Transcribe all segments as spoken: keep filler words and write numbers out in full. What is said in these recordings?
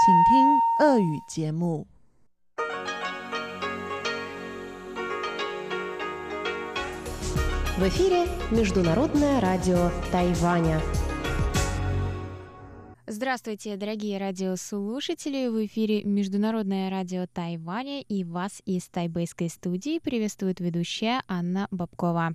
请听俄语节目。 В эфире Международное радио Тайваня. Здравствуйте, дорогие радиослушатели! В эфире Международное радио Тайваня, и вас из тайбэйской студии приветствует ведущая Анна Бабкова.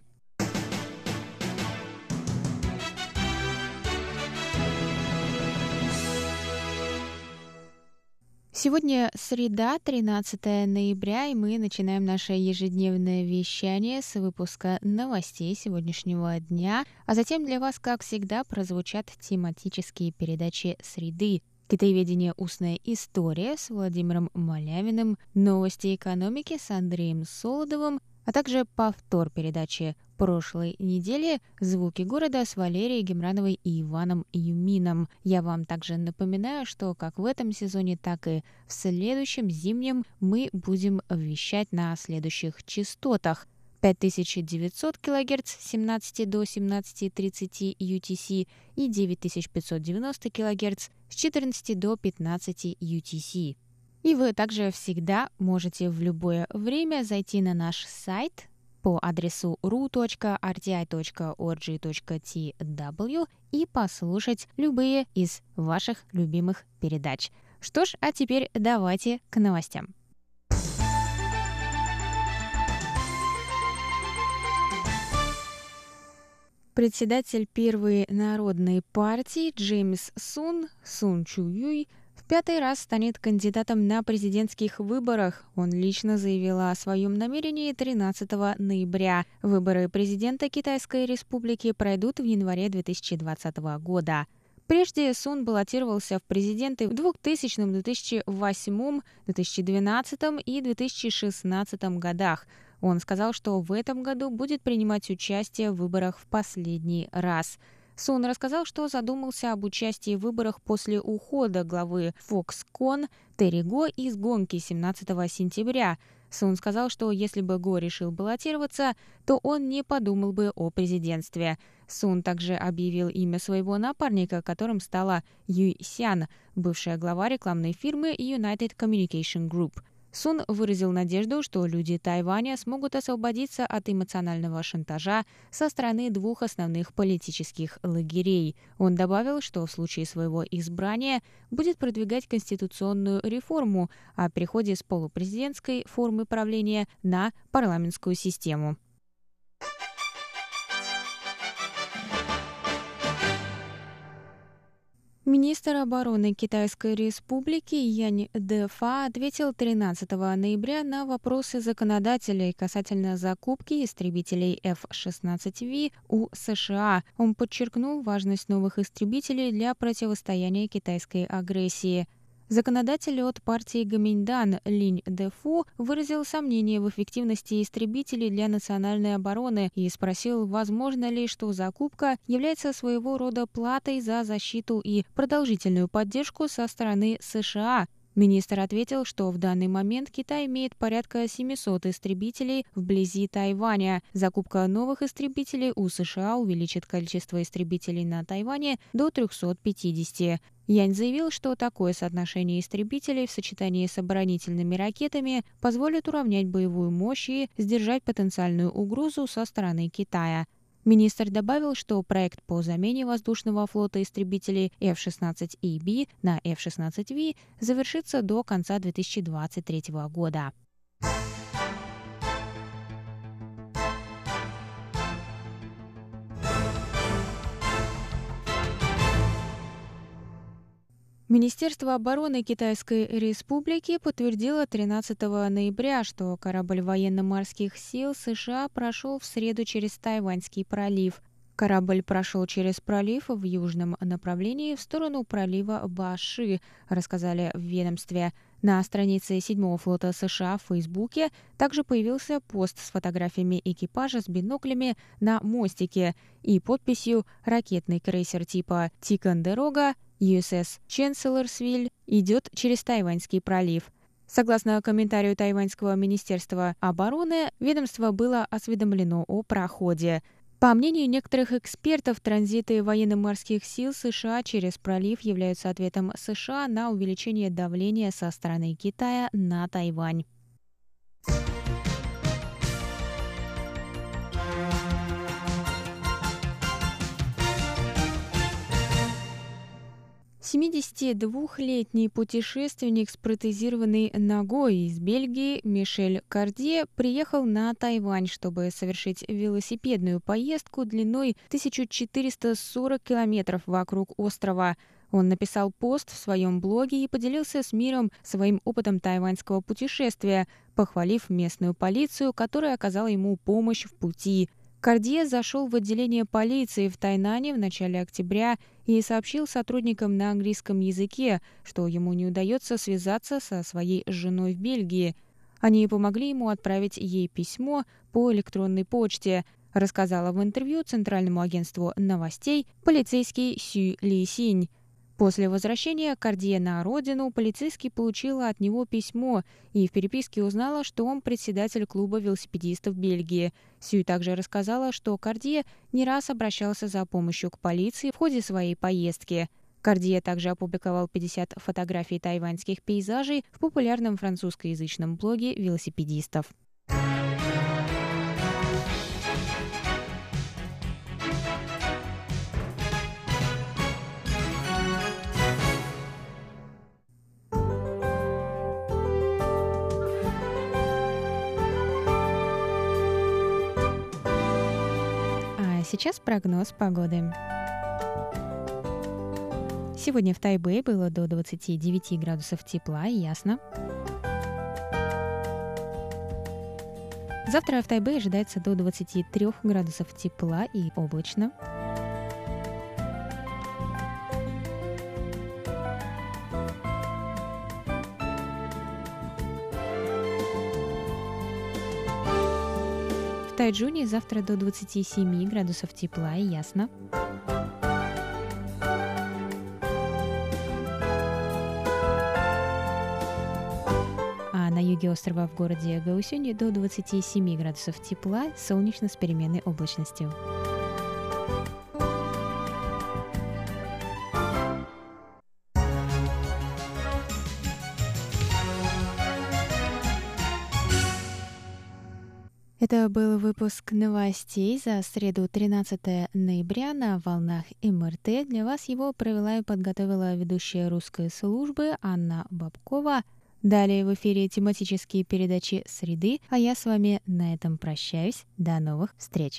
Сегодня среда, тринадцатое ноября, и мы начинаем наше ежедневное вещание с выпуска новостей сегодняшнего дня, а затем для вас, как всегда, прозвучат тематические передачи «Среды». Китаеведение «Устная история» с Владимиром Малявиным, новости экономики с Андреем Солодовым, а также повтор передачи прошлой недели «Звуки города» с Валерией Гемрановой и Иваном Юмином. Я вам также напоминаю, что как в этом сезоне, так и в следующем зимнем мы будем вещать на следующих частотах: пять тысяч девятьсот килогерц с семнадцати до семнадцати тридцати ю ти си и девять тысяч пятьсот девяносто килогерц с четырнадцати до пятнадцати ю ти си. И вы также всегда можете в любое время зайти на наш сайт по адресу ru точка эр ти ай точка орг точка ти дабл ю и послушать любые из ваших любимых передач. Что ж, а теперь давайте к новостям. Председатель Первой народной партии Джеймс Сун, Сун Чу Юй, в пятый раз станет кандидатом на президентских выборах. Он лично заявил о своем намерении тринадцатого ноября. Выборы президента Китайской Республики пройдут в январе две тысячи двадцатого года. Прежде Сун баллотировался в президенты в двухтысячном, две тысячи восьмом, две тысячи двенадцатом и две тысячи шестнадцатом годах. Он сказал, что в этом году будет принимать участие в выборах в последний раз. Сун рассказал, что задумался об участии в выборах после ухода главы Foxconn Терри Го из гонки семнадцатого сентября. Сун сказал, что если бы Го решил баллотироваться, то он не подумал бы о президентстве. Сун также объявил имя своего напарника, которым стала Юй Сян, бывшая глава рекламной фирмы United Communication Group. Сун выразил надежду, что люди Тайваня смогут освободиться от эмоционального шантажа со стороны двух основных политических лагерей. Он добавил, что в случае своего избрания будет продвигать конституционную реформу о переходе с полупрезидентской формы правления на парламентскую систему. Министр обороны Китайской Республики Янь Дэфа ответил тринадцатого ноября на вопросы законодателей касательно закупки истребителей эф шестнадцать ви у США. Он подчеркнул важность новых истребителей для противостояния китайской агрессии. Законодатель от партии Гоминьдан Линь Дэфу выразил сомнение в эффективности истребителей для национальной обороны и спросил, возможно ли, что закупка является своего рода платой за защиту и продолжительную поддержку со стороны США. Министр ответил, что в данный момент Китай имеет порядка семисот истребителей вблизи Тайваня. Закупка новых истребителей у США увеличит количество истребителей на Тайване до трехсот пятидесяти. Янь заявил, что такое соотношение истребителей в сочетании с оборонительными ракетами позволит уравнять боевую мощь и сдержать потенциальную угрозу со стороны Китая. Министр добавил, что проект по замене воздушного флота истребителей эф шестнадцать и би на эф шестнадцать ви завершится до конца две тысячи двадцать третьего года. Министерство обороны Китайской Республики подтвердило тринадцатого ноября, что корабль военно-морских сил США прошел в среду через Тайваньский пролив. Корабль прошел через пролив в южном направлении в сторону пролива Баши, рассказали в ведомстве. На странице седьмого флота США в Фейсбуке также появился пост с фотографиями экипажа с биноклями на мостике и подписью «Ракетный крейсер типа «Тикондерога» ю эс эс «Ченселорсвиль» идет через Тайваньский пролив». Согласно комментарию Тайваньского министерства обороны, ведомство было осведомлено о проходе. По мнению некоторых экспертов, транзиты военно-морских сил США через пролив являются ответом США на увеличение давления со стороны Китая на Тайвань. семидесятидвухлетний путешественник с протезированной ногой из Бельгии Мишель Кардье приехал на Тайвань, чтобы совершить велосипедную поездку длиной тысяча четыреста сорок километров вокруг острова. Он написал пост в своем блоге и поделился с миром своим опытом тайваньского путешествия, похвалив местную полицию, которая оказала ему помощь в пути. Кардье зашел в отделение полиции в Тайнане в начале октября и сообщил сотрудникам на английском языке, что ему не удается связаться со своей женой в Бельгии. Они помогли ему отправить ей письмо по электронной почте, рассказала в интервью Центральному агентству новостей полицейский Сю Ли Синь. После возвращения Кардье на родину полицейский получила от него письмо и в переписке узнала, что он председатель клуба велосипедистов Бельгии. Сюй также рассказала, что Кардье не раз обращался за помощью к полиции в ходе своей поездки. Кардье также опубликовал пятьдесят фотографий тайваньских пейзажей в популярном французскоязычном блоге велосипедистов. Сейчас прогноз погоды. Сегодня в Тайбэе было до двадцати девяти градусов тепла и ясно. Завтра в Тайбэе ожидается до двадцати трёх градусов тепла и облачно. В Тайчжуне завтра до двадцати семи градусов тепла и ясно. А на юге острова в городе Гаосюне до двадцати семи градусов тепла, солнечно с переменной облачностью. Это был выпуск новостей за среду тринадцатого ноября на волнах эм эр тэ. Для вас его провела и подготовила ведущая русской службы Анна Бабкова. Далее в эфире тематические передачи «Среды», а я с вами на этом прощаюсь. До новых встреч!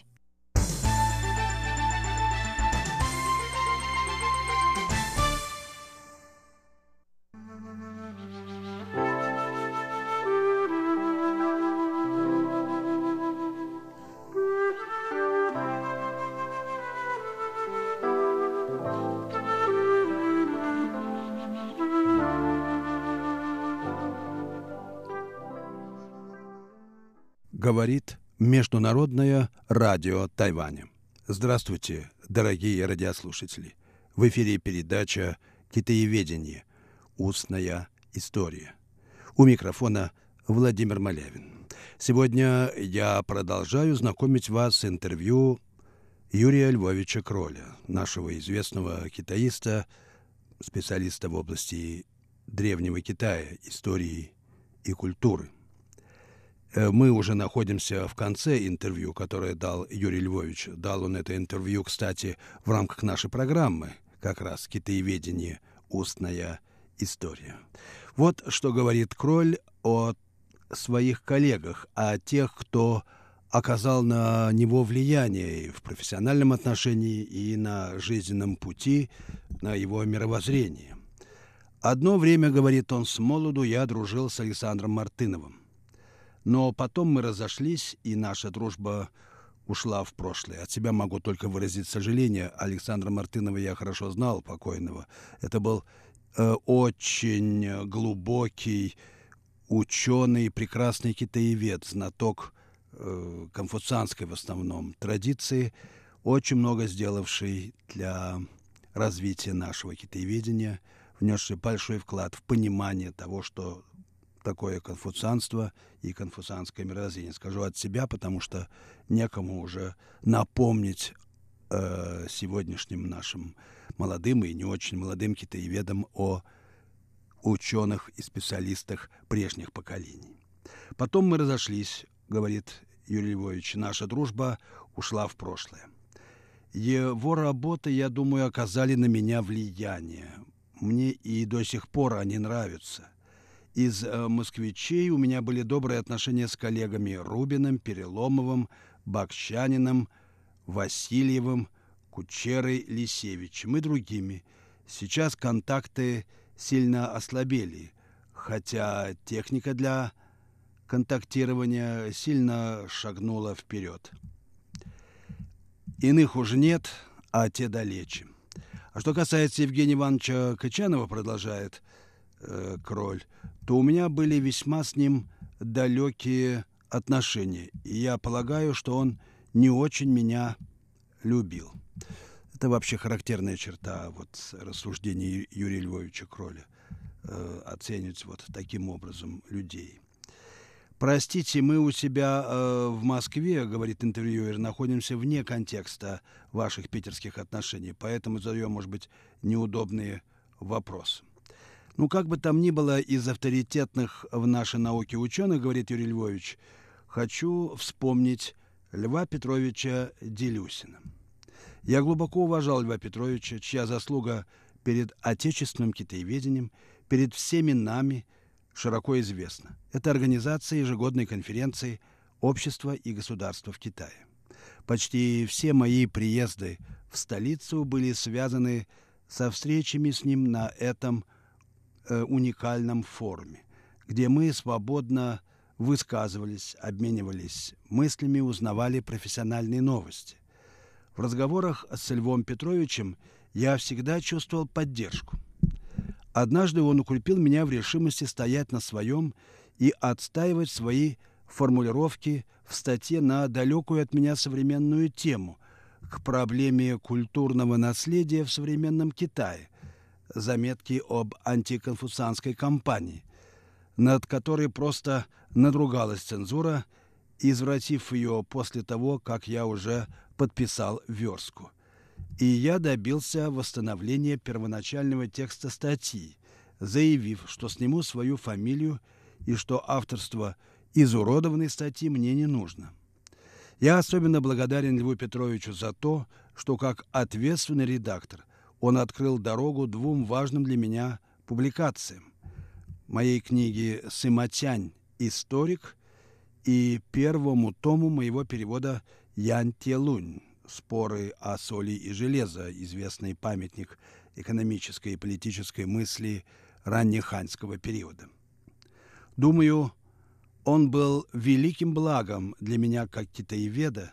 Говорит Международное радио Тайваня. Здравствуйте, дорогие радиослушатели. В эфире передача «Китаеведение. Устная история». У микрофона Владимир Малявин. Сегодня я продолжаю знакомить вас с интервью Юрия Львовича Кроля, нашего известного китаиста, специалиста в области Древнего Китая, истории и культуры. Мы уже находимся в конце интервью, которое дал Юрий Львович. Дал он это интервью, кстати, в рамках нашей программы, как раз «Китаеведение. Устная история». Вот что говорит Кроль о своих коллегах, о тех, кто оказал на него влияние и в профессиональном отношении, и на жизненном пути, на его мировоззрении. «Одно время, — говорит он, — с молоду я дружил с Александром Мартыновым. Но потом мы разошлись, и наша дружба ушла в прошлое. От себя могу только выразить сожаление. Александра Мартынова я хорошо знал, покойного. Это был э, очень глубокий ученый, прекрасный китаевед, знаток э, конфуцианской в основном традиции, очень много сделавший для развития нашего китаеведения, внесший большой вклад в понимание того, что такое конфуцианство и конфуцианское мировоззрение. Скажу от себя, потому что некому уже напомнить э, сегодняшним нашим молодым и не очень молодым китаеведам о ученых и специалистах прежних поколений. Потом мы разошлись, говорит Юрий Львович, наша дружба ушла в прошлое. Его работы, я думаю, оказали на меня влияние. Мне и до сих пор они нравятся. Из э, москвичей у меня были добрые отношения с коллегами Рубиным, Переломовым, Бакчаниным, Васильевым, Кучерой, Лисевичем и другими. Сейчас контакты сильно ослабели, хотя техника для контактирования сильно шагнула вперед. Иных уже нет, а те далече. А что касается Евгения Ивановича Качанова, продолжает э, Кроль, то у меня были весьма с ним далекие отношения, и я полагаю, что он не очень меня любил. Это вообще характерная черта вот, рассуждений Юрия Львовича Кроля, э, оценивать вот таким образом людей. «Простите, мы у себя э, в Москве, — говорит интервьюер, — находимся вне контекста ваших питерских отношений, поэтому задаем, может быть, неудобные вопросы». Ну, как бы там ни было, из авторитетных в нашей науке ученых, говорит Юрий Львович, хочу вспомнить Льва Петровича Делюсина. Я глубоко уважал Льва Петровича, чья заслуга перед отечественным китаеведением, перед всеми нами широко известна. Это организация ежегодной конференции «Общество и государство в Китае». Почти все мои приезды в столицу были связаны со встречами с ним на этом э, уникальном форуме, где мы свободно высказывались, обменивались мыслями, узнавали профессиональные новости. В разговорах с Львом Петровичем я всегда чувствовал поддержку. Однажды он укрепил меня в решимости стоять на своем и отстаивать свои формулировки в статье на далекую от меня современную тему к проблеме культурного наследия в современном Китае, заметки об антиконфуцианской кампании, над которой просто надругалась цензура, извратив ее после того, как я уже подписал верстку. И я добился восстановления первоначального текста статьи, заявив, что сниму свою фамилию и что авторство изуродованной статьи мне не нужно. Я особенно благодарен Льву Петровичу за то, что как ответственный редактор он открыл дорогу двум важным для меня публикациям: моей книге «Сыма-Тянь. Историк» и первому тому моего перевода «Ян Те-Лунь. Споры о соли и железо», известный памятник экономической и политической мысли раннеханьского периода. Думаю, он был великим благом для меня как китаеведа,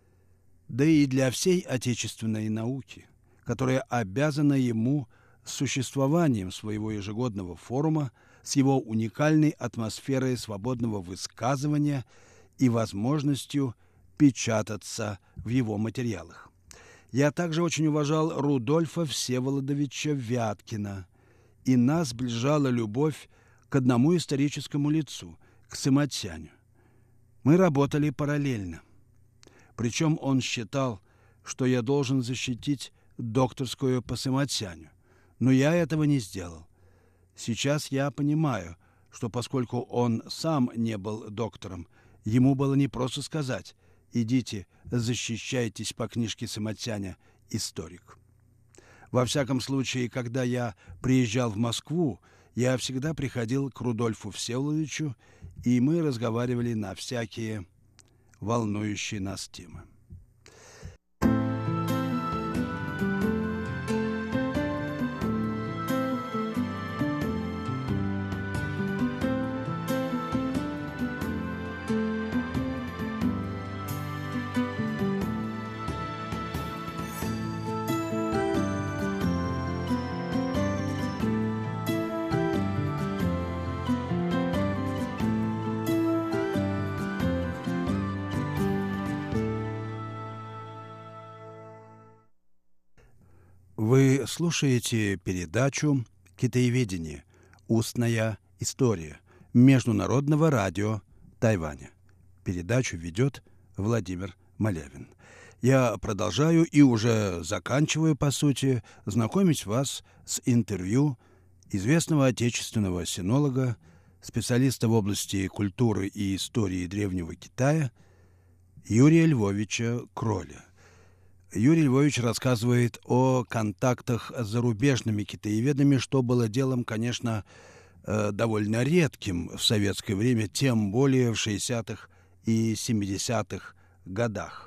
да и для всей отечественной науки, которая обязана ему существованием своего ежегодного форума с его уникальной атмосферой свободного высказывания и возможностью печататься в его материалах. Я также очень уважал Рудольфа Всеволодовича Вяткина, и нас сближала любовь к одному историческому лицу, к Сыма-Тяню. Мы работали параллельно. Причем он считал, что я должен защитить докторскую по Сыма-Тяню, но я этого не сделал. Сейчас я понимаю, что поскольку он сам не был доктором, ему было не просто сказать: идите, защищайтесь по книжке Сыма-Тяня «Историк». Во всяком случае, когда я приезжал в Москву, я всегда приходил к Рудольфу Всеволодовичу, и мы разговаривали на всякие волнующие нас темы. Вы слушаете передачу «Китаеведение. Устная история». Международного радио Тайваня. Передачу ведет Владимир Малявин. Я продолжаю и уже заканчиваю, по сути, знакомить вас с интервью известного отечественного синолога, специалиста в области культуры и истории Древнего Китая Юрия Львовича Кроля. Юрий Львович рассказывает о контактах с зарубежными китаеведами, что было делом, конечно, довольно редким в советское время, тем более в шестидесятых и семидесятых годах.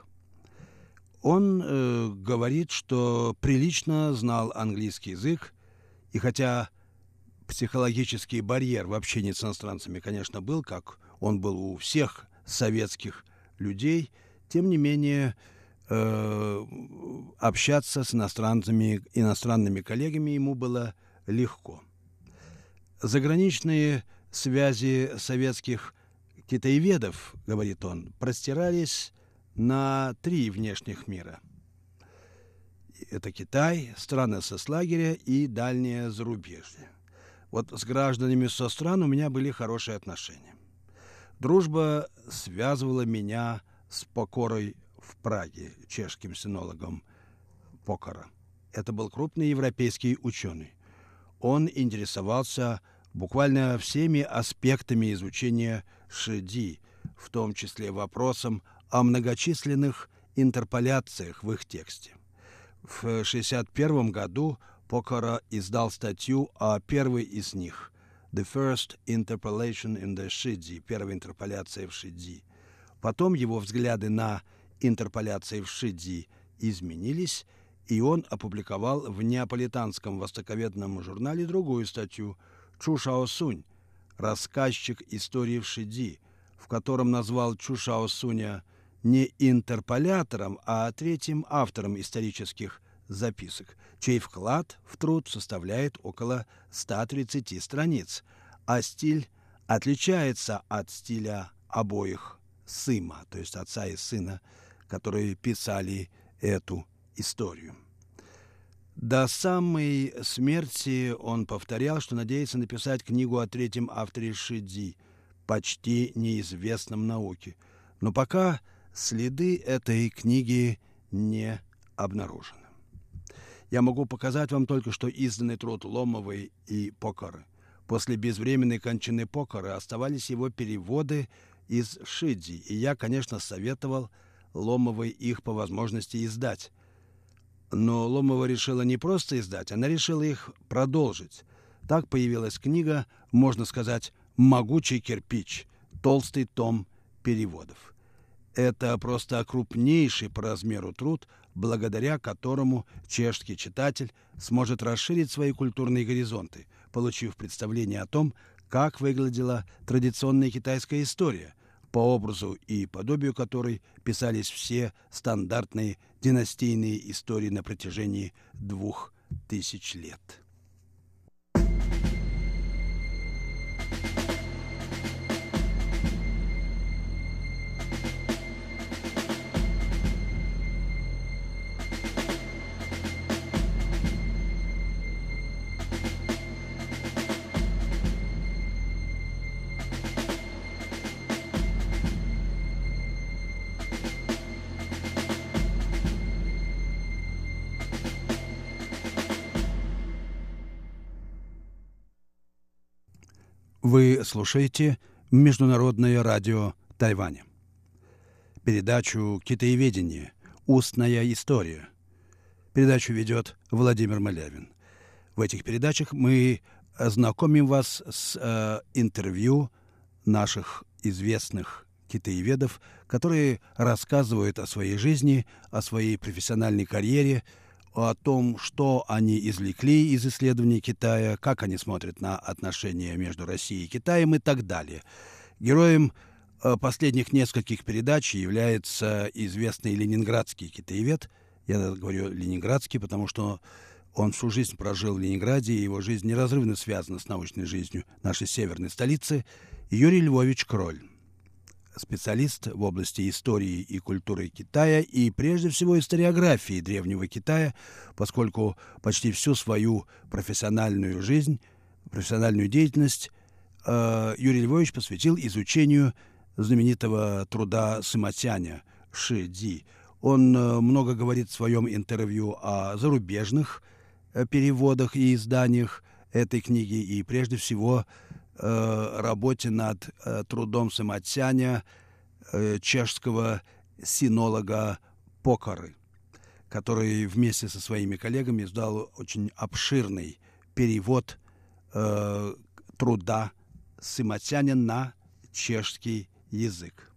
Он э, говорит, что прилично знал английский язык, и хотя психологический барьер в общении с иностранцами, конечно, был, как он был у всех советских людей, тем не менее э, общаться с иностранцами, иностранными коллегами ему было легко. Заграничные связи советских китаеведов, говорит он, простирались на три внешних мира. Это Китай, страны соцлагеря и дальнее зарубежье. Вот с гражданами со стран у меня были хорошие отношения. Дружба связывала меня с Покорой в Праге, чешским синологом Покора. Это был крупный европейский ученый. Он интересовался буквально всеми аспектами изучения шиди, в том числе вопросом о многочисленных интерполяциях в их тексте. В шестьдесят первом году Покора издал статью о первой из них «The First Interpolation in the Shidi», первая интерполяция в шиди. Потом его взгляды на интерполяции в шиди изменились, и он опубликовал в неаполитанском востоковедном журнале другую статью «Чу Шао Сунь. Рассказчик истории в шиди», в котором назвал Чу Шао Суня не интерполятором, а третьим автором исторических записок, чей вклад в труд составляет около ста тридцати страниц, а стиль отличается от стиля обоих Сыма, то есть отца и сына, которые писали эту историю. До самой смерти он повторял, что надеется написать книгу о третьем авторе шиди, почти неизвестном науке. Но пока следы этой книги не обнаружены. Я могу показать вам только что изданный труд Ломовой и Покоры. После безвременной кончины Покоры оставались его переводы из шиди, и я, конечно, советовал Ломовой их по возможности издать. Но Ломова решила не просто издать, она решила их продолжить. Так появилась книга, можно сказать, «Могучий кирпич», толстый том переводов. Это просто крупнейший по размеру труд, благодаря которому чешский читатель сможет расширить свои культурные горизонты, получив представление о том, как выглядела традиционная китайская история, по образу и подобию которой писались все стандартные династийные истории на протяжении двух тысяч лет. Вы слушаете Международное радио Тайваня. Передачу «Китаеведение. Устная история». Передачу ведет Владимир Малявин. В этих передачах мы знакомим вас с э, интервью наших известных китаеведов, которые рассказывают о своей жизни, о своей профессиональной карьере, о том, что они извлекли из исследований Китая, как они смотрят на отношения между Россией и Китаем и так далее. Героем последних нескольких передач является известный ленинградский китаевед. Я говорю ленинградский, потому что он всю жизнь прожил в Ленинграде, и его жизнь неразрывно связана с научной жизнью нашей северной столицы. Юрий Львович Кроль, специалист в области истории и культуры Китая и, прежде всего, историографии Древнего Китая, поскольку почти всю свою профессиональную жизнь, профессиональную деятельность э, Юрий Львович посвятил изучению знаменитого труда Сыматяня «Ши Ди». Он э, много говорит в своем интервью о зарубежных э, переводах и изданиях этой книги, и прежде всего э, работе над э, трудом Сыматяня, э, чешского синолога Покоры, который вместе со своими коллегами издал очень обширный перевод э, труда Сыматяня на чешский язык.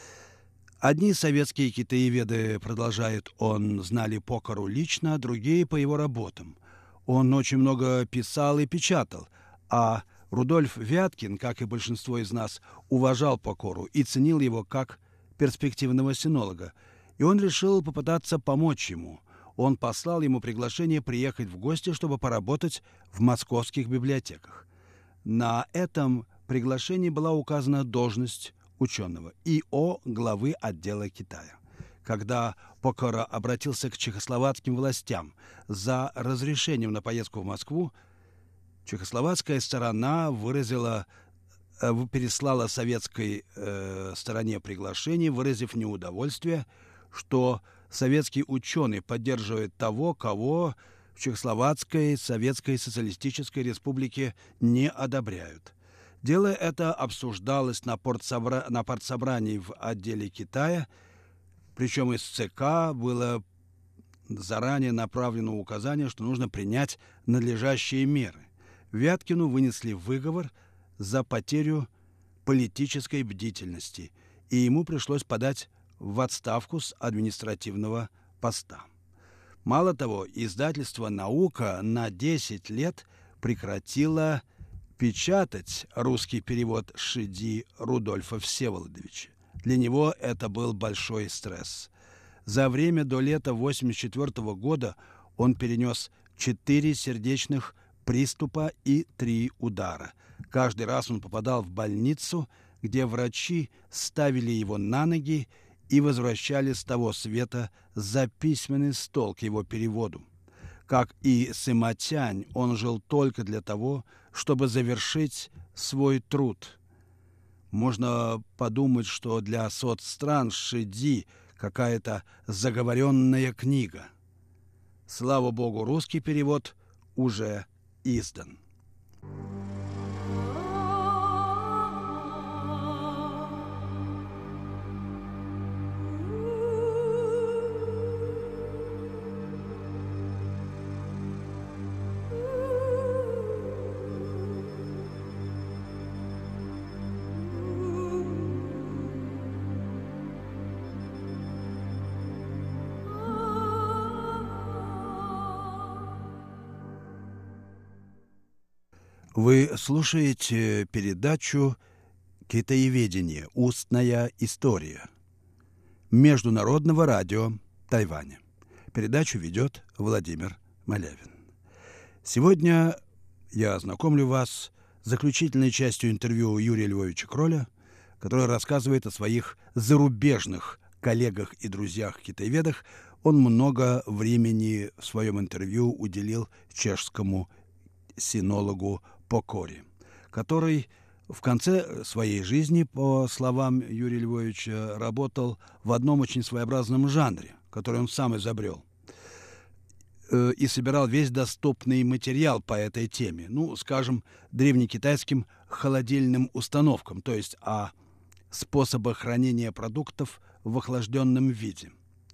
Одни советские китаеведы, продолжает он, знали Покору лично, другие по его работам. Он очень много писал и печатал, а Рудольф Вяткин, как и большинство из нас, уважал Покору и ценил его как перспективного синолога. И он решил попытаться помочь ему. Он послал ему приглашение приехать в гости, чтобы поработать в московских библиотеках. На этом приглашении была указана должность ученого и о главы отдела Китая. Когда Покора обратился к чехословацким властям за разрешением на поездку в Москву, чехословацкая сторона выразила, э, переслала советской э, стороне приглашение, выразив неудовольствие, что советский ученый поддерживает того, кого в Чехословацкой Советской Социалистической Республике не одобряют. Дело это обсуждалось на, партсобра... на партсобрании в отделе Китая, причем из ЦК было заранее направлено указание, что нужно принять надлежащие меры. Вяткину вынесли выговор за потерю политической бдительности, и ему пришлось подать в отставку с административного поста. Мало того, издательство «Наука» на десять лет прекратило печатать русский перевод «Ши Ди» Рудольфа Всеволодовича. Для него это был большой стресс. За время до лета восемьдесят четвёртого года он перенес четыре сердечных приступа и три удара. Каждый раз он попадал в больницу, где врачи ставили его на ноги и возвращали с того света за письменный стол к его переводу. Как и Сыматянь, он жил только для того, чтобы завершить свой труд. Можно подумать, что для соцстран «Ши Ди» какая-то заговоренная книга. Слава богу, русский перевод уже издан. Вы слушаете передачу «Китаеведение. Устная история» Международного радио Тайваня. Передачу ведет Владимир Малявин. Сегодня я ознакомлю вас с заключительной частью интервью Юрия Львовича Кроля, который рассказывает о своих зарубежных коллегах и друзьях-китаеведах. Он много времени в своем интервью уделил чешскому синологу Покоре, который в конце своей жизни, по словам Юрия Львовича, работал в одном очень своеобразном жанре, который он сам изобрел, и собирал весь доступный материал по этой теме, ну, скажем, древнекитайским холодильным установкам, то есть о способах хранения продуктов в охлажденном виде.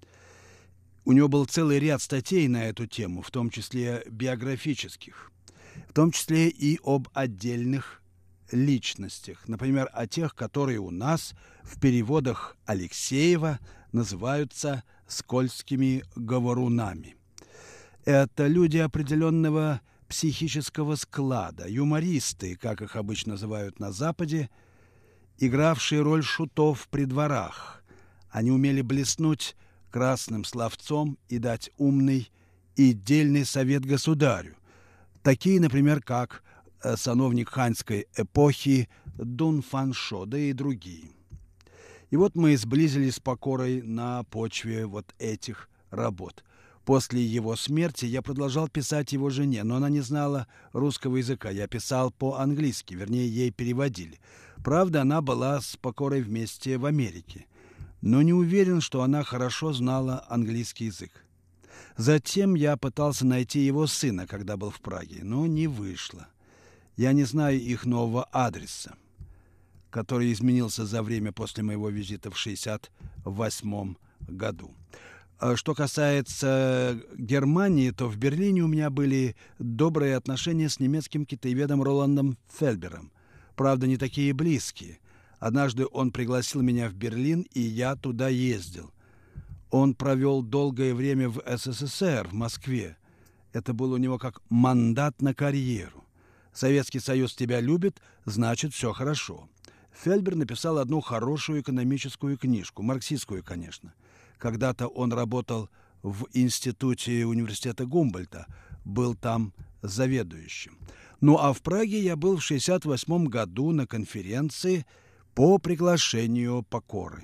У него был целый ряд статей на эту тему, в том числе биографических, в том числе и об отдельных личностях, например, о тех, которые у нас в переводах Алексеева называются скользкими говорунами. Это люди определенного психического склада, юмористы, как их обычно называют на Западе, игравшие роль шутов при дворах. Они умели блеснуть красным словцом и дать умный и дельный совет государю. Такие, например, как сановник ханьской эпохи Дун Фан Шо, да и другие. И вот мы сблизились с Покорой на почве вот этих работ. После его смерти я продолжал писать его жене, но она не знала русского языка. Я писал по-английски, вернее, ей переводили. Правда, она была с Покорой вместе в Америке, но не уверен, что она хорошо знала английский язык. Затем я пытался найти его сына, когда был в Праге, но не вышло. Я не знаю их нового адреса, который изменился за время после моего визита в шестьдесят восьмом году. Что касается Германии, то в Берлине у меня были добрые отношения с немецким китаеведом Роландом Фельбером. Правда, не такие близкие. Однажды он пригласил меня в Берлин, и я туда ездил. Он провел долгое время в СССР, в Москве. Это был у него как мандат на карьеру. Советский Союз тебя любит, значит, все хорошо. Фельбер написал одну хорошую экономическую книжку, марксистскую, конечно. Когда-то он работал в институте университета Гумбольдта, был там заведующим. Ну а в Праге я был в шестьдесят восьмом году на конференции по приглашению Покоры.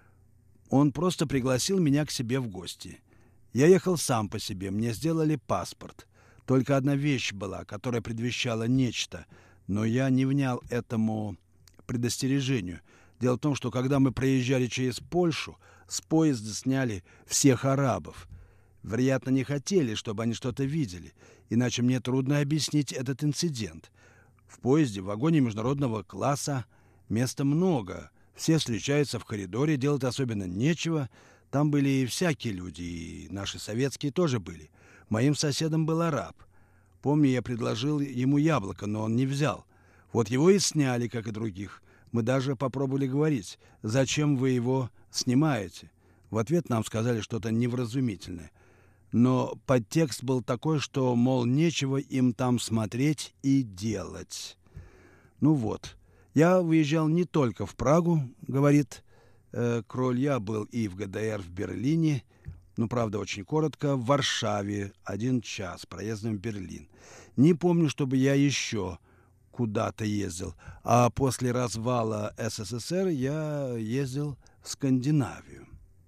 Он просто пригласил меня к себе в гости. Я ехал сам по себе, мне сделали паспорт. Только одна вещь была, которая предвещала нечто, но я не внял этому предостережению. Дело в том, что когда мы проезжали через Польшу, с поезда сняли всех арабов. Вероятно, не хотели, чтобы они что-то видели, иначе мне трудно объяснить этот инцидент. В поезде, в вагоне международного класса места много, все встречаются в коридоре, делать особенно нечего. Там были и всякие люди, и наши советские тоже были. Моим соседом был араб. Помню, я предложил ему яблоко, но он не взял. Вот его и сняли, как и других. Мы даже попробовали говорить: «Зачем вы его снимаете?» В ответ нам сказали что-то невразумительное. Но подтекст был такой, что, мол, нечего им там смотреть и делать. Ну вот, я выезжал не только в Прагу, говорит э, Кроль, я был и в ГДР, в Берлине, ну, правда, очень коротко, в Варшаве один час проездом в Берлин. Не помню, чтобы я еще куда-то ездил. А после развала СССР я ездил в Скандинавию.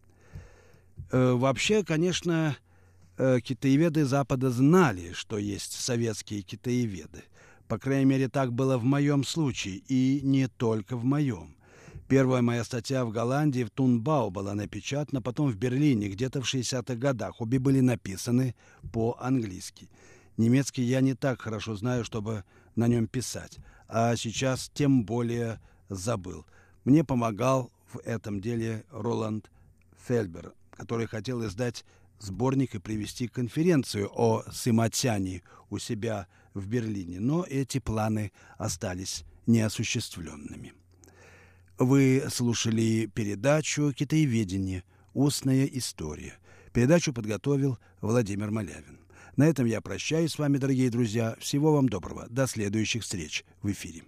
Э, вообще, конечно, э, китаеведы Запада знали, что есть советские китаеведы. По крайней мере, так было в моем случае, и не только в моем. Первая моя статья в Голландии, в Тунбау, была напечатана, потом в Берлине, где-то в шестидесятых годах. Обе были написаны по-английски. Немецкий я не так хорошо знаю, чтобы на нем писать, а сейчас тем более забыл. Мне помогал в этом деле Роланд Фельбер, который хотел издать сборник и привести конференцию о Сыматяне у себя в Берлине, но эти планы остались неосуществленными. Вы слушали передачу «Китаеведение. Устная история». Передачу подготовил Владимир Малявин. На этом я прощаюсь с вами, дорогие друзья. Всего вам доброго. До следующих встреч в эфире.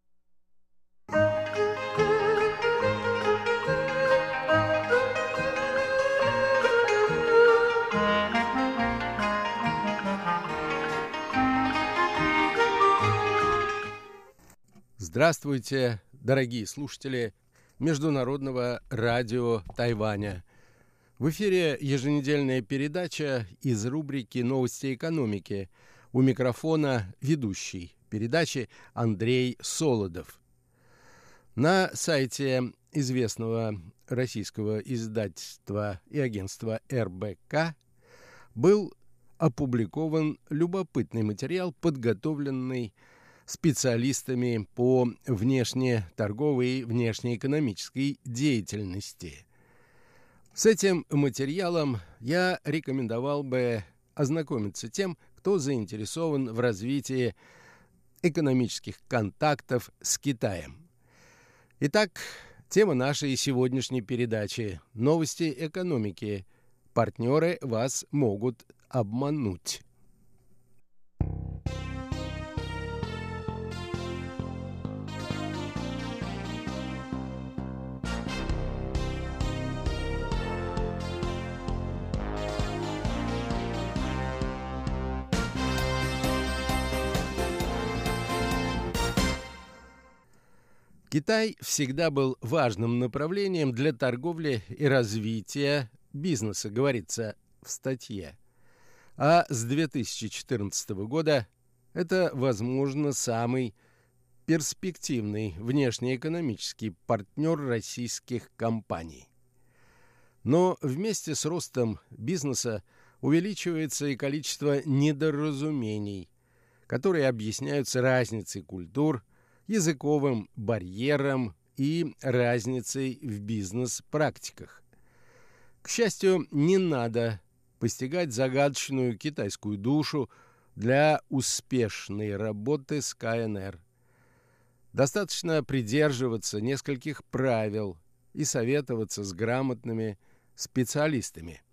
Здравствуйте, дорогие слушатели Международного радио Тайваня. В эфире еженедельная передача из рубрики «Новости экономики». У микрофона ведущий передачи Андрей Солодов. На сайте известного российского издательства и агентства эр бэ ка был опубликован любопытный материал, подготовленный специалистами по внешнеторговой и внешнеэкономической деятельности. С этим материалом я рекомендовал бы ознакомиться тем, кто заинтересован в развитии экономических контактов с Китаем. Итак, тема нашей сегодняшней передачи – новости экономики. Партнеры вас могут обмануть. Китай всегда был важным направлением для торговли и развития бизнеса, говорится в статье. а с две тысячи четырнадцатого года это, возможно, самый перспективный внешнеэкономический партнер российских компаний. Но вместе с ростом бизнеса увеличивается и количество недоразумений, которые объясняются разницей культур, языковым барьером и разницей в бизнес-практиках. К счастью, не надо постигать загадочную китайскую душу для успешной работы с ка эн эр. Достаточно придерживаться нескольких правил и советоваться с грамотными специалистами.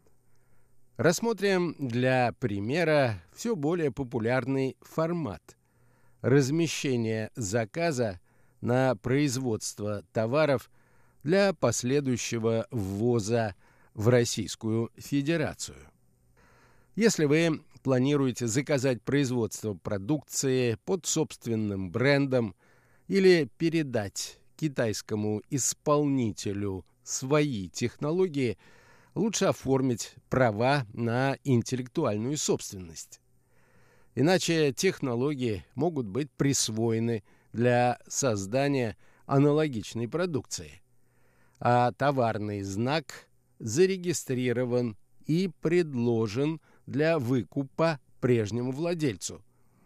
Рассмотрим для примера все более популярный формат размещения заказа на производство товаров для последующего ввоза в Российскую Федерацию. Если вы планируете заказать производство продукции под собственным брендом или передать китайскому исполнителю свои технологии, лучше оформить права на интеллектуальную собственность. Иначе технологии могут быть присвоены для создания аналогичной продукции, а товарный знак зарегистрирован и предложен для выкупа прежнему владельцу.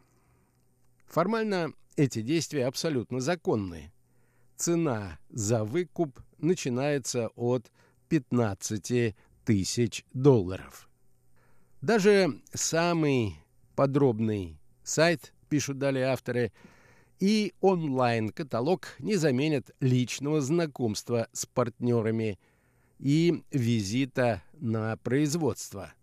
Формально эти действия абсолютно законные. Цена за выкуп начинается от пятнадцати тысяч долларов. Даже самый подробный сайт, пишут далее авторы, и онлайн-каталог не заменят личного знакомства с партнерами и визита на производство.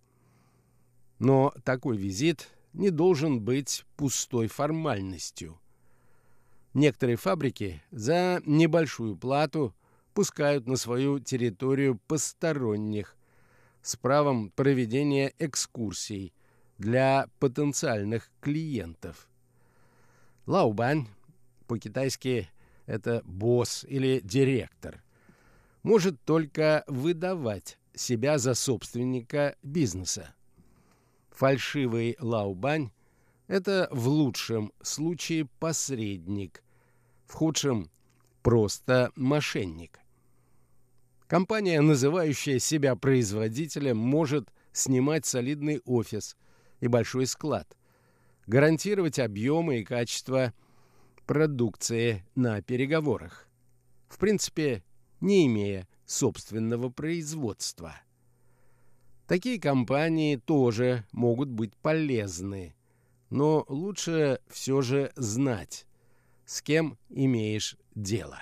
Но такой визит не должен быть пустой формальностью. Некоторые фабрики за небольшую плату пускают на свою территорию посторонних с правом проведения экскурсий для потенциальных клиентов. Лаобань, по-китайски это босс или директор, может только выдавать себя за собственника бизнеса. Фальшивый лаобань – это в лучшем случае посредник, в худшем – просто мошенник. Компания, называющая себя производителем, может снимать солидный офис и большой склад, гарантировать объемы и качество продукции на переговорах, в принципе, не имея собственного производства. Такие компании тоже могут быть полезны, но лучше все же знать, с кем имеешь дело.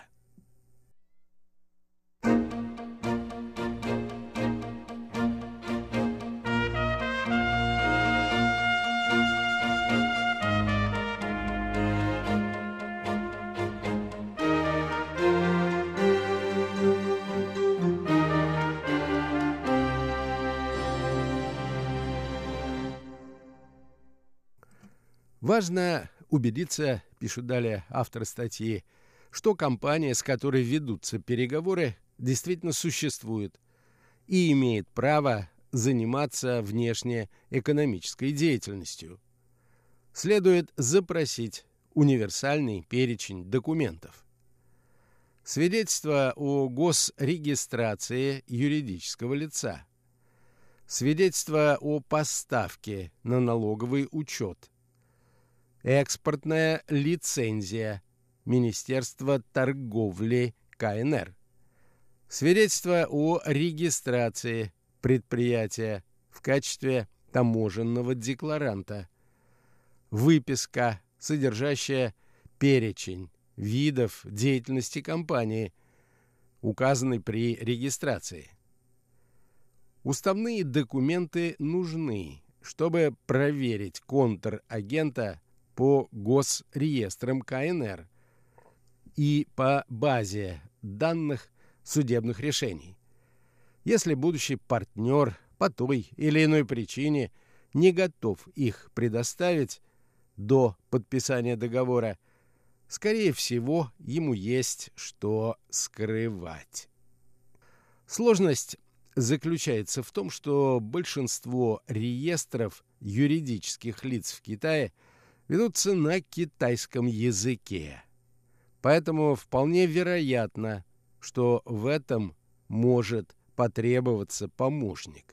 Важно убедиться, пишут далее авторы статьи, что компания, с которой ведутся переговоры, действительно существует и имеет право заниматься внешнеэкономической деятельностью. Следует запросить универсальный перечень документов. Свидетельство о госрегистрации юридического лица. Свидетельство о поставке на налоговый учет. Экспортная лицензия Министерства торговли ка эн эр. Свидетельство о регистрации предприятия в качестве таможенного декларанта. Выписка, содержащая перечень видов деятельности компании, указанный при регистрации. Уставные документы нужны, чтобы проверить контрагента по госреестрам ка эн эр и по базе данных судебных решений. Если будущий партнер по той или иной причине не готов их предоставить до подписания договора, скорее всего, ему есть что скрывать. Сложность заключается в том, что большинство реестров юридических лиц в Китае ведутся на китайском языке. Поэтому вполне вероятно, что в этом может потребоваться помощник.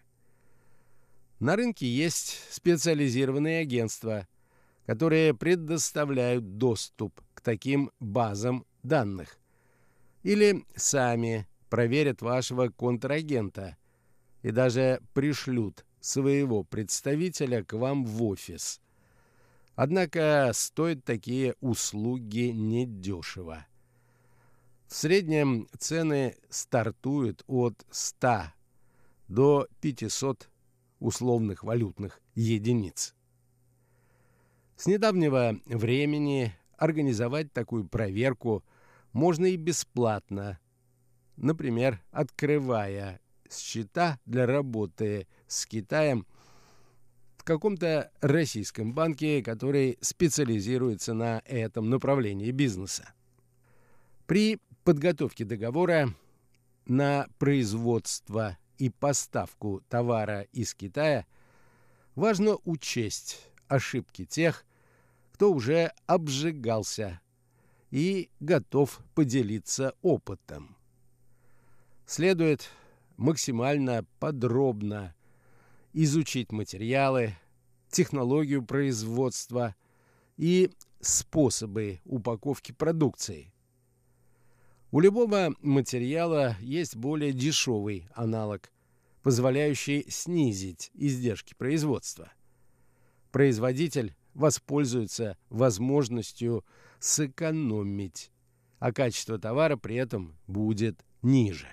На рынке есть специализированные агентства, которые предоставляют доступ к таким базам данных или сами проверят вашего контрагента и даже пришлют своего представителя к вам в офис. Однако стоят такие услуги недешево. В среднем цены стартуют от ста до пятисот условных валютных единиц. С недавнего времени организовать такую проверку можно и бесплатно, например, открывая счета для работы с Китаем в каком-то российском банке, который специализируется на этом направлении бизнеса. При подготовке договора на производство и поставку товара из Китая важно учесть ошибки тех, кто уже обжигался и готов поделиться опытом. Следует максимально подробно изучить материалы, технологию производства и способы упаковки продукции. У любого материала есть более дешевый аналог, позволяющий снизить издержки производства. Производитель воспользуется возможностью сэкономить, а качество товара при этом будет ниже.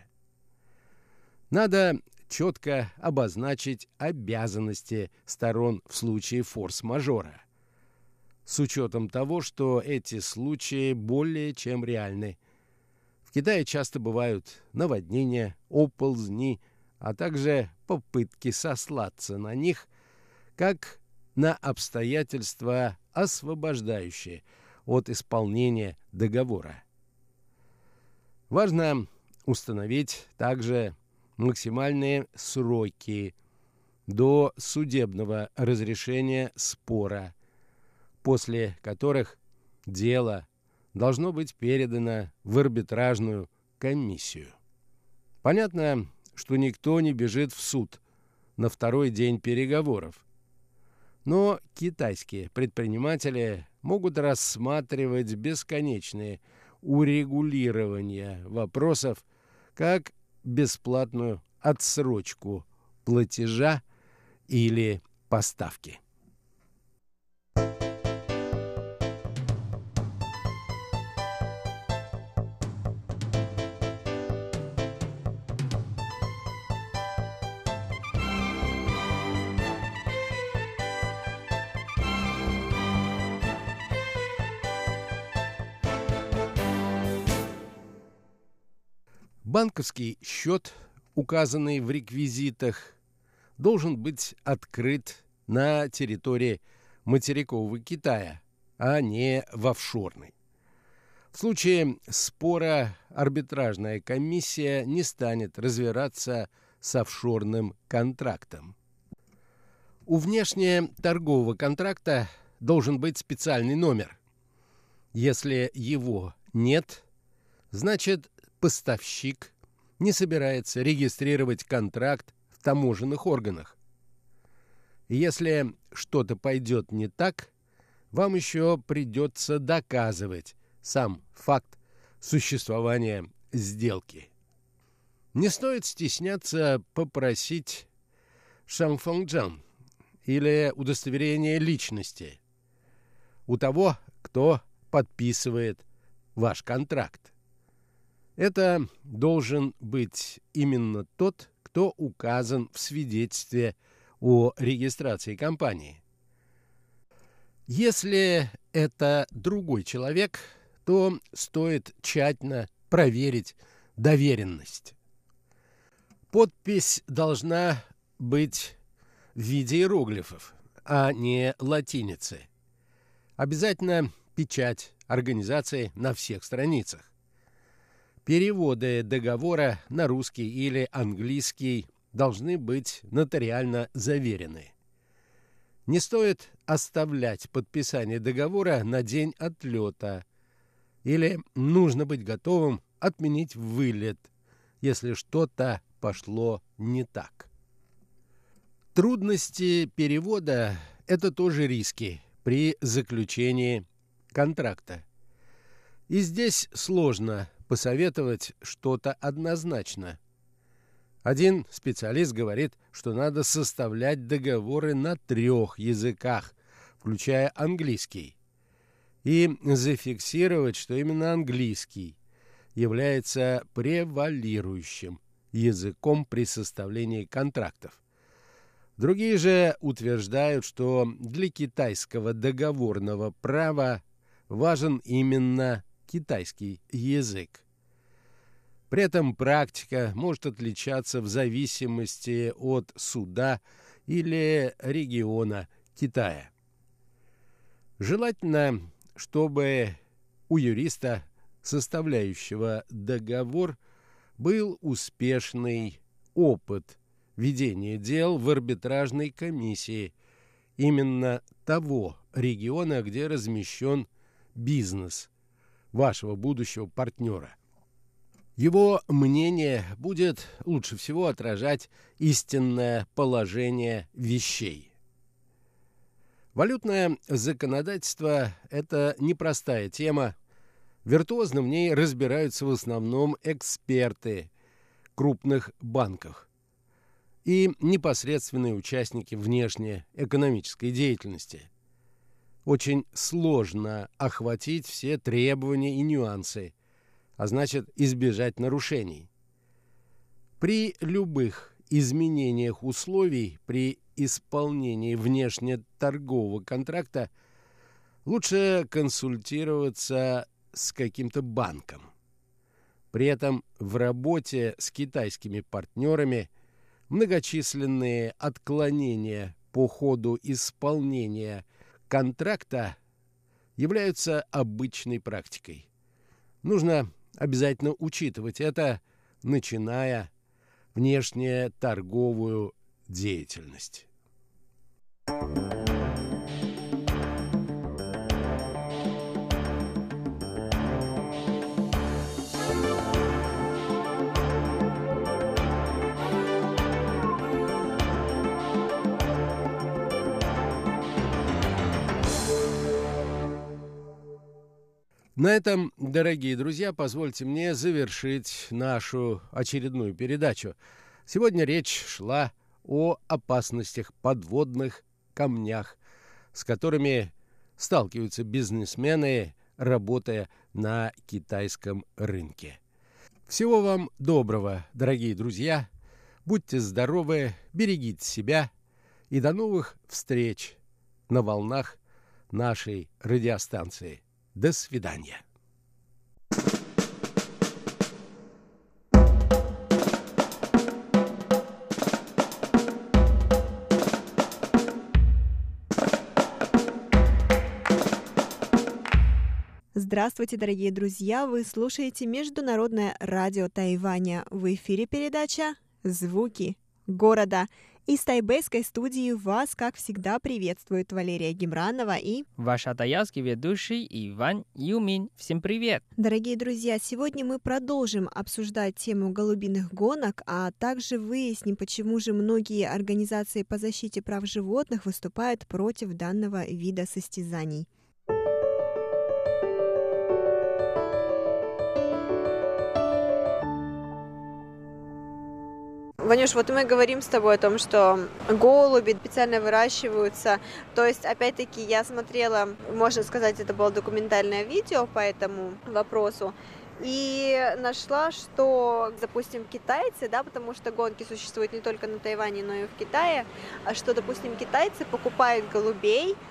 Надо четко обозначить обязанности сторон в случае форс-мажора, с учетом того, что эти случаи более чем реальны. В Китае часто бывают наводнения, оползни, а также попытки сослаться на них, как на обстоятельства, освобождающие от исполнения договора. Важно установить также максимальные сроки до судебного разрешения спора, после которых дело должно быть передано в арбитражную комиссию. Понятно, что никто не бежит в суд на второй день переговоров, но китайские предприниматели могут рассматривать бесконечные урегулирования вопросов как бесплатную отсрочку платежа или поставки. Банковский счет, указанный в реквизитах, должен быть открыт на территории материкового Китая, а не в офшорной. В случае спора арбитражная комиссия не станет разбираться с офшорным контрактом. У внешнеторгового контракта должен быть специальный номер. Если его нет, значит, поставщик не собирается регистрировать контракт в таможенных органах. И если что-то пойдет не так, вам еще придется доказывать сам факт существования сделки. Не стоит стесняться попросить шанфэнчжэн или удостоверение личности у того, кто подписывает ваш контракт. Это должен быть именно тот, кто указан в свидетельстве о регистрации компании. Если это другой человек, то стоит тщательно проверить доверенность. Подпись должна быть в виде иероглифов, а не латиницы. Обязательно печать организации на всех страницах. Переводы договора на русский или английский должны быть нотариально заверены. Не стоит оставлять подписание договора на день отлета, или нужно быть готовым отменить вылет, если что-то пошло не так. Трудности перевода – это тоже риски при заключении контракта. И здесь сложно посоветовать что-то однозначно. Один специалист говорит, что надо составлять договоры на трех языках, включая английский, и зафиксировать, что именно английский является превалирующим языком при составлении контрактов. Другие же утверждают, что для китайского договорного права важен именно китайский язык. При этом практика может отличаться в зависимости от суда или региона Китая. Желательно, чтобы у юриста, составляющего договор, был успешный опыт ведения дел в арбитражной комиссии именно того региона, где размещен бизнес вашего будущего партнера. Его мнение будет лучше всего отражать истинное положение вещей. Валютное законодательство – это непростая тема. Виртуозно в ней разбираются в основном эксперты крупных банков и непосредственные участники внешнеэкономической деятельности. Очень сложно охватить все требования и нюансы, а значит избежать нарушений. При любых изменениях условий при исполнении внешнеторгового контракта лучше консультироваться с каким-то банком. При этом в работе с китайскими партнерами многочисленные отклонения по ходу исполнения контракта являются обычной практикой. Нужно обязательно учитывать это, начиная внешнеторговую деятельность. На этом, дорогие друзья, позвольте мне завершить нашу очередную передачу. Сегодня речь шла о опасностях подводных камнях, с которыми сталкиваются бизнесмены, работая на китайском рынке. Всего вам доброго, дорогие друзья. Будьте здоровы, берегите себя и до новых встреч на волнах нашей радиостанции. До свидания. Здравствуйте, дорогие друзья! Вы слушаете Международное радио Тайваня. В эфире передача «Звуки города». Из тайбэйской студии вас, как всегда, приветствует Валерия Гемранова и... Ваш атаялский ведущий Иван Юмин. Всем привет! Дорогие друзья, сегодня мы продолжим обсуждать тему голубиных гонок, а также выясним, почему же многие организации по защите прав животных выступают против данного вида состязаний. Ванюш, вот мы говорим с тобой о том, что голуби специально выращиваются. То есть, опять-таки, я смотрела, можно сказать, это было документальное видео по этому вопросу. И нашла, что, допустим, китайцы, да, потому что гонки существуют не только на Тайване, но и в Китае, что, допустим, китайцы покупают голубей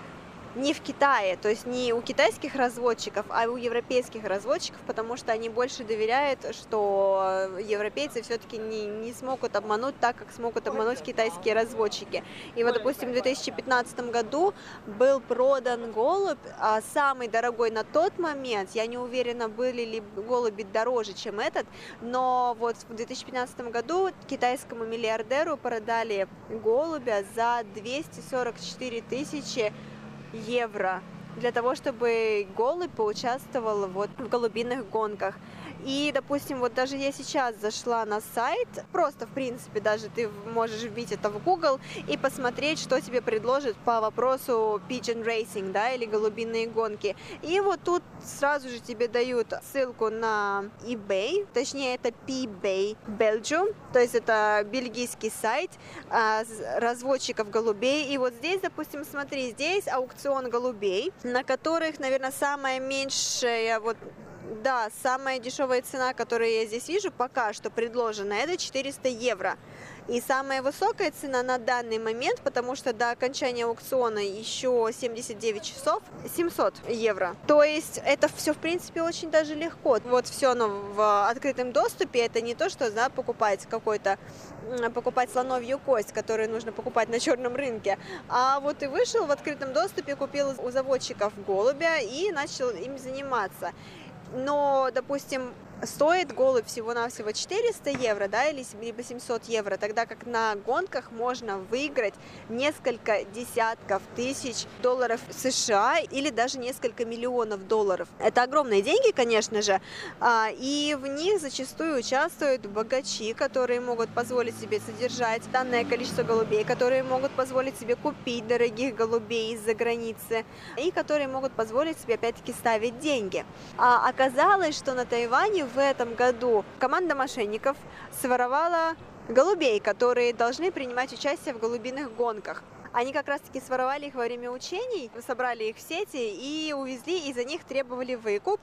не в Китае, то есть не у китайских разводчиков, а у европейских разводчиков, потому что они больше доверяют, что европейцы все-таки не, не смогут обмануть так, как смогут обмануть китайские разводчики. И вот, допустим, в две тысячи пятнадцатом году был продан голубь, а самый дорогой на тот момент, я не уверена, были ли голуби дороже, чем этот, но вот в две тысячи пятнадцатом году китайскому миллиардеру продали голубя за двести сорок четыре тысячи евро для того, чтобы голубь поучаствовал вот в голубиных гонках. И, допустим, вот даже я сейчас зашла на сайт, просто, в принципе, даже ты можешь вбить это в Google и посмотреть, что тебе предложат по вопросу Pigeon Racing, да, или голубиные гонки. И вот тут сразу же тебе дают ссылку на eBay, точнее, это P-Bay Belgium, то есть это бельгийский сайт а, разводчиков голубей. И вот здесь, допустим, смотри, здесь аукцион голубей, на которых, наверное, самая меньшая вот Да, самая дешевая цена, которую я здесь вижу, пока что предложена, это четыреста евро. И самая высокая цена на данный момент, потому что до окончания аукциона еще семьдесят девять часов, семьсот евро. То есть это все, в принципе, очень даже легко. Вот все оно в открытом доступе, это не то, что, да, покупать какой-то, покупать слоновью кость, которую нужно покупать на черном рынке. А вот ты вышел в открытом доступе, купил у заводчиков голубя и начал им заниматься. Но, допустим, стоит голубь всего-навсего четыреста евро, да, или либо семьсот евро, тогда как на гонках можно выиграть несколько десятков тысяч долларов США или даже несколько миллионов долларов. Это огромные деньги, конечно же, и в них зачастую участвуют богачи, которые могут позволить себе содержать данное количество голубей, которые могут позволить себе купить дорогих голубей из-за границы и которые могут позволить себе опять-таки ставить деньги. А оказалось, что на Тайване в этом году команда мошенников своровала голубей, которые должны принимать участие в голубиных гонках. Они как раз-таки своровали их во время учений, собрали их в сети и увезли, и за них требовали выкуп.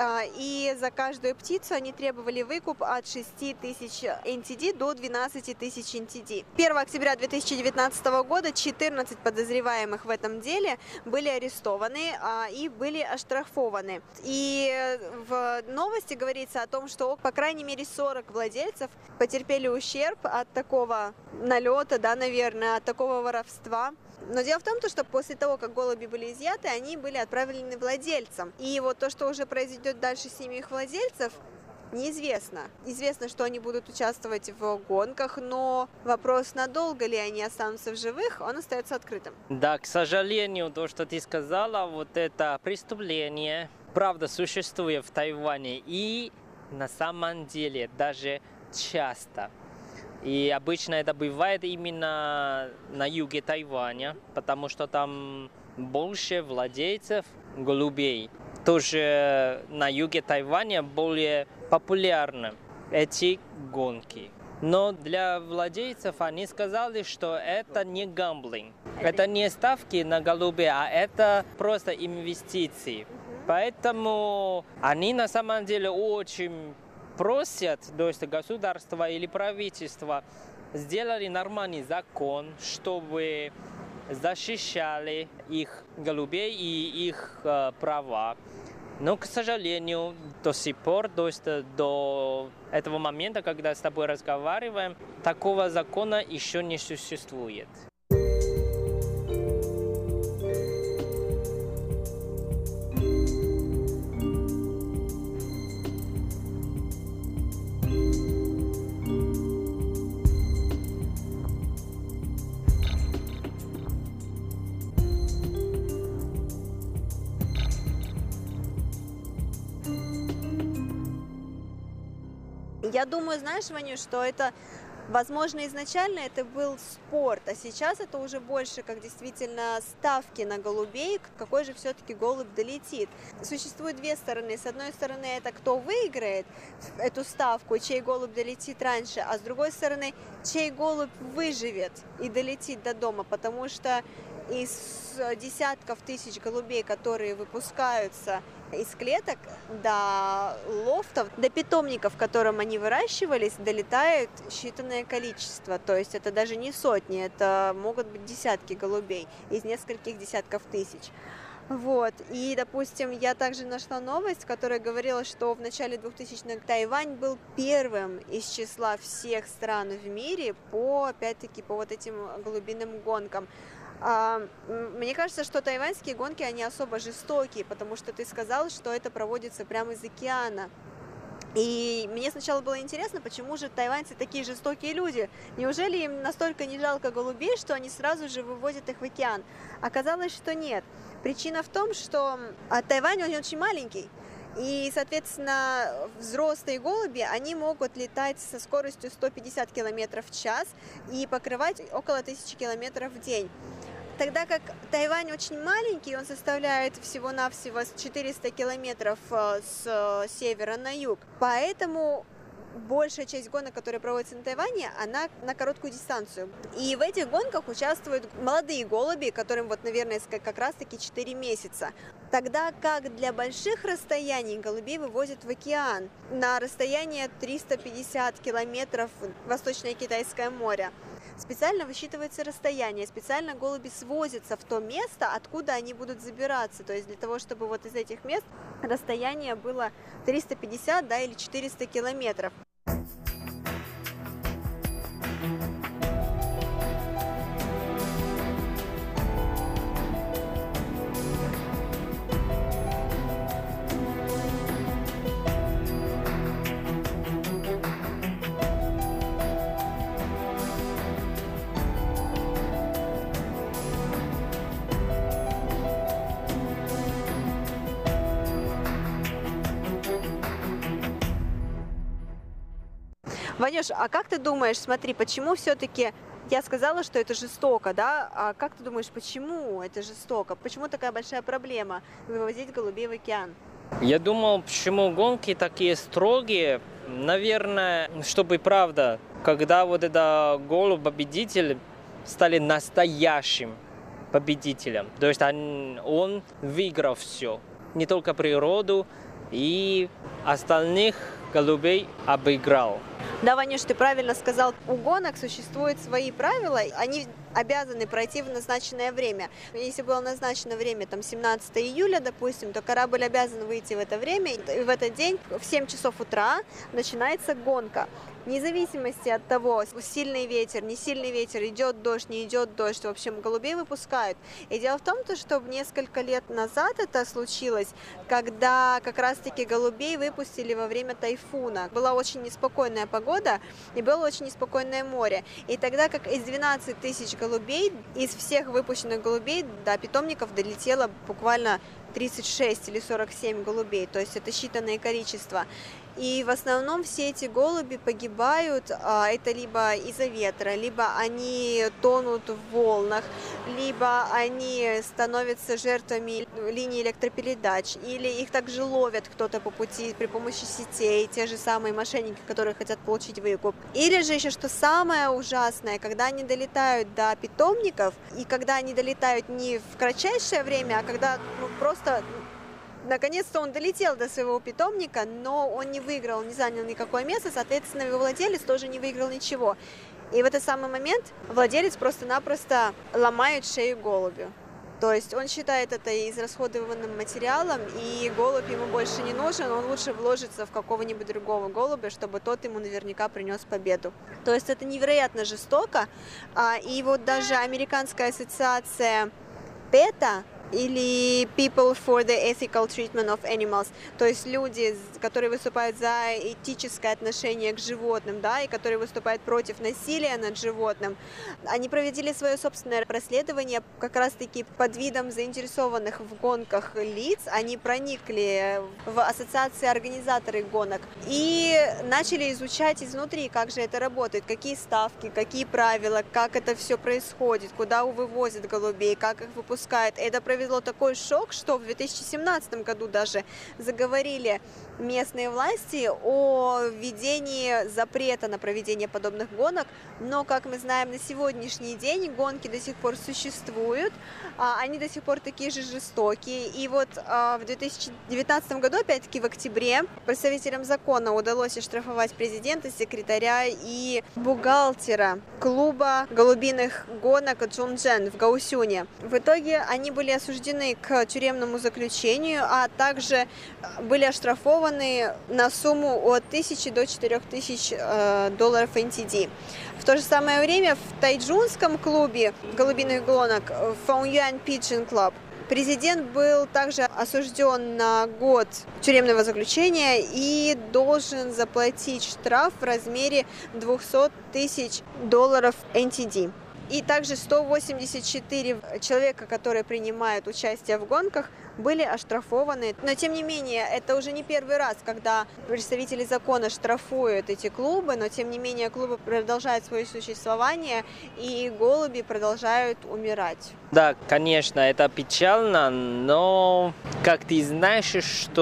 И за каждую птицу они требовали выкуп от шести тысяч эн ти ди до двенадцати тысяч эн ти ди. первого октября две тысячи девятнадцатого года четырнадцать подозреваемых в этом деле были арестованы и были оштрафованы. И в новости говорится о том, что по крайней мере сорок владельцев потерпели ущерб от такого налета, да, наверное, от такого воровства. Но дело в том, что после того, как голуби были изъяты, они были отправлены владельцам. И вот то, что уже произойдет дальше с ними их владельцев, неизвестно. Известно, что они будут участвовать в гонках, но вопрос, надолго ли они останутся в живых, он остается открытым. Да, к сожалению, то, что ты сказала, вот это преступление, правда, существует в Тайване. И на самом деле даже часто. И обычно это бывает именно на юге Тайваня, потому что там больше владельцев голубей. Тоже на юге Тайваня более популярны эти гонки. Но для владельцев они сказали, что это не гамблинг. Это не ставки на голубей, а это просто инвестиции. Поэтому они на самом деле очень просят, то есть государство или правительство сделали нормальный закон, чтобы защищали их голубей и их э, права. Но, к сожалению, до сих пор, то есть до этого момента, когда с тобой разговариваем, такого закона еще не существует. Я думаю, знаешь, Ваню, что это, возможно, изначально это был спорт, а сейчас это уже больше как действительно ставки на голубей, какой же все-таки голубь долетит. Существует две стороны. С одной стороны, это кто выиграет эту ставку, чей голубь долетит раньше, а с другой стороны, чей голубь выживет и долетит до дома, потому что из десятков тысяч голубей, которые выпускаются из клеток, до лофтов полетов до питомников, в котором они выращивались, долетает считанное количество. То есть это даже не сотни, это могут быть десятки голубей из нескольких десятков тысяч. Вот. И, допустим, я также нашла новость, которая говорила, что в начале двухтысячных Тайвань был первым из числа всех стран в мире по, опять-таки, по вот этим голубиным гонкам. А, мне кажется, что тайваньские гонки, они особо жестокие, потому что ты сказал, что это проводится прямо из океана. И мне сначала было интересно, почему же тайваньцы такие жестокие люди? Неужели им настолько не жалко голубей, что они сразу же вывозят их в океан? Оказалось, что нет. Причина в том, что Тайвань, он очень маленький. И, соответственно, взрослые голуби, они могут летать со скоростью сто пятьдесят километров в час и покрывать около тысячи километров в день. Тогда как Тайвань очень маленький, он составляет всего-навсего четыреста километров с севера на юг. Поэтому большая часть гонок, которые проводятся на Тайване, она на короткую дистанцию. И в этих гонках участвуют молодые голуби, которым вот, наверное, как раз-таки четыре месяца. Тогда как для больших расстояний голубей вывозят в океан на расстояние триста пятьдесят километров в Восточное Китайское море. Специально высчитывается расстояние, специально голуби свозятся в то место, откуда они будут забираться. То есть для того, чтобы вот из этих мест расстояние было триста пятьдесят, да, или четыреста километров. Ванюш, а как ты думаешь, смотри, почему все-таки я сказала, что это жестоко, да? А как ты думаешь, почему это жестоко? Почему такая большая проблема вывозить голубей в океан? Я думал, почему гонки такие строгие. Наверное, чтобы правда, когда вот этот голубь-победитель стали настоящим победителем. То есть он, он выиграл все. Не только природу, и остальных голубей обыграл. Да, Ванюш, ты правильно сказал. У гонок существуют свои правила, они обязаны пройти в назначенное время. Если было назначено время там семнадцатое июля, допустим, то корабль обязан выйти в это время, и в этот день в семь часов утра начинается гонка. Вне зависимости от того, сильный ветер, не сильный ветер, идет дождь, не идет дождь, в общем, голубей выпускают. И дело в том, что несколько лет назад это случилось, когда как раз-таки голубей выпустили во время тайфуна. Была очень неспокойная погода и было очень неспокойное море. И тогда как из двенадцати тысяч голубей, из всех выпущенных голубей до питомников долетело буквально тридцать шесть или сорок семь голубей, то есть это считанное количество. И в основном все эти голуби погибают, это либо из-за ветра, либо они тонут в волнах, либо они становятся жертвами линий электропередач, или их также ловят кто-то по пути при помощи сетей, те же самые мошенники, которые хотят получить выкуп. Или же еще, что самое ужасное, когда они долетают до питомников, и когда они долетают не в кратчайшее время, а когда ну, просто... Наконец-то он долетел до своего питомника, но он не выиграл, не занял никакое место, соответственно, его владелец тоже не выиграл ничего. И в этот самый момент владелец просто-напросто ломает шею голубю. То есть он считает это израсходованным материалом, и голубь ему больше не нужен, он лучше вложится в какого-нибудь другого голубя, чтобы тот ему наверняка принес победу. То есть это невероятно жестоко. И вот даже Американская ассоциация пэта, или People for the Ethical Treatment of Animals, то есть люди, которые выступают за этическое отношение к животным, да, и которые выступают против насилия над животным, они провели свое собственное расследование как раз-таки под видом заинтересованных в гонках лиц, они проникли в ассоциации организаторы гонок и начали изучать изнутри, как же это работает, какие ставки, какие правила, как это все происходит, куда вывозят голубей, как их выпускают. Это провело такой шок, что в две тысячи семнадцатом году даже заговорили местные власти о введении запрета на проведение подобных гонок, но, как мы знаем, на сегодняшний день гонки до сих пор существуют, они до сих пор такие же жестокие, и вот в две тысячи девятнадцатом году, опять-таки в октябре, представителям закона удалось оштрафовать президента, секретаря и бухгалтера клуба голубиных гонок Джунджен в Гаосюне. В итоге они были осуждены к тюремному заключению, а также были оштрафованы на сумму от тысячи до четырех тысяч долларов эн ти ди. В то же самое время в тайчжунском клубе голубиных гонок Фэйюань Pigeon Club президент был также осужден на год тюремного заключения и должен заплатить штраф в размере двухсот тысяч долларов эн ти ди. И также сто восемьдесят четыре человека, которые принимают участие в гонках, были оштрафованы. Но, тем не менее, это уже не первый раз, когда представители закона штрафуют эти клубы, но, тем не менее, клубы продолжают свое существование, и голуби продолжают умирать. Да, конечно, это печально, но, как ты знаешь,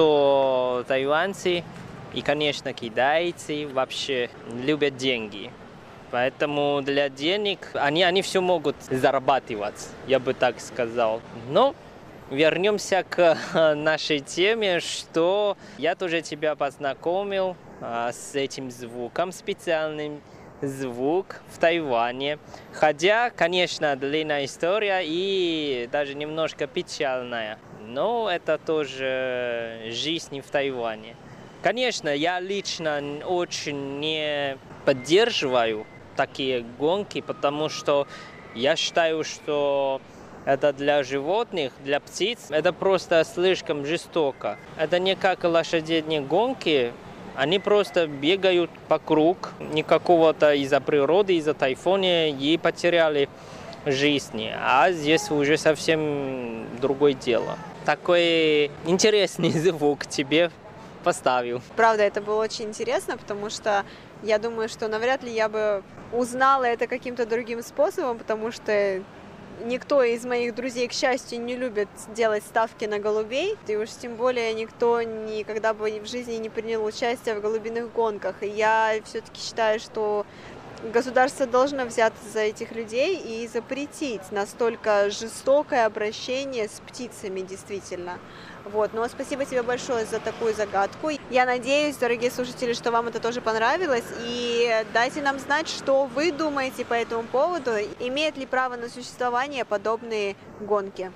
что тайваньцы и, конечно, китайцы вообще любят деньги. Поэтому для денег они, они все могут зарабатывать, я бы так сказал. Но вернемся к нашей теме, что я тоже тебя познакомил а, с этим звуком, специальным звук в Тайване. Хотя, конечно, длинная история и даже немножко печальная, но это тоже жизнь в Тайване. Конечно, я лично очень не поддерживаю такие гонки, потому что я считаю, что это для животных, для птиц, это просто слишком жестоко. Это не как лошадиные гонки, они просто бегают по кругу, никакого-то из-за природы, из-за тайфуна и потеряли жизни. А здесь уже совсем другое дело. Такой интересный звук тебе поставил. Правда, это было очень интересно, потому что я думаю, что навряд ли я бы узнала это каким-то другим способом, потому что никто из моих друзей, к счастью, не любит делать ставки на голубей, и уж тем более никто никогда бы в жизни не принял участие в голубиных гонках. И я все-таки считаю, что государство должно взяться за этих людей и запретить настолько жестокое обращение с птицами, действительно. Вот. Но спасибо тебе большое за такую загадку. Я надеюсь, дорогие слушатели, что вам это тоже понравилось. И дайте нам знать, что вы думаете по этому поводу. Имеют ли право на существование подобные гонки?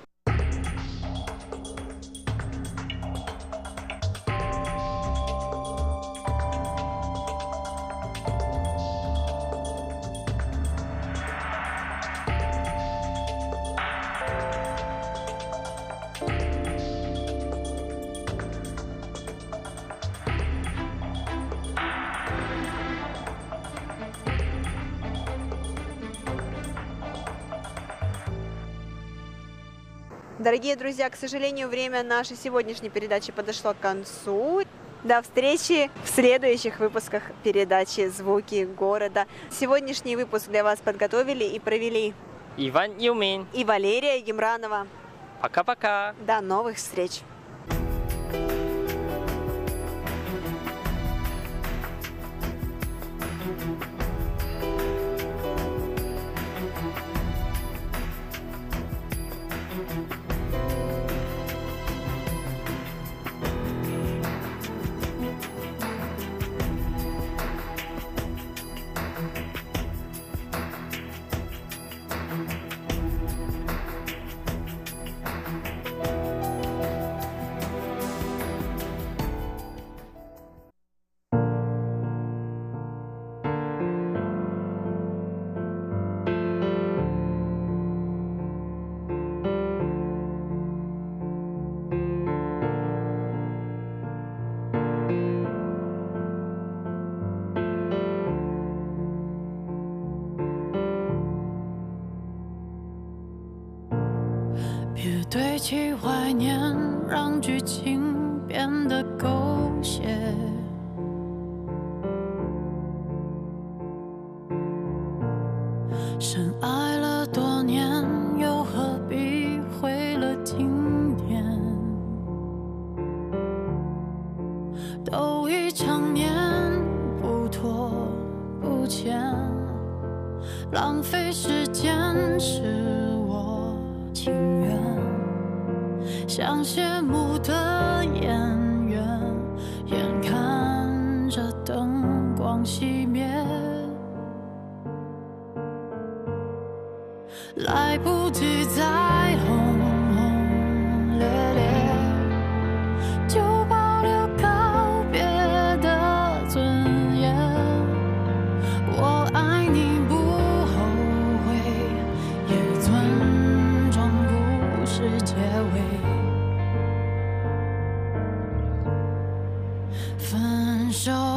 Дорогие друзья, к сожалению, время нашей сегодняшней передачи подошло к концу. До встречи в следующих выпусках передачи «Звуки города». Сегодняшний выпуск для вас подготовили и провели Иван Юмин и Валерия Гемранова. Пока-пока. До новых встреч. 别堆砌怀念，让剧情变得狗血。深爱了多年，又何必毁了经典？都想念不拖不欠，浪费时间是我情愿，像谢幕的演员，眼看着灯光熄灭，来不及再轰轰烈烈，就保留告别的尊严。我爱你不后悔，也尊重故事结尾。分手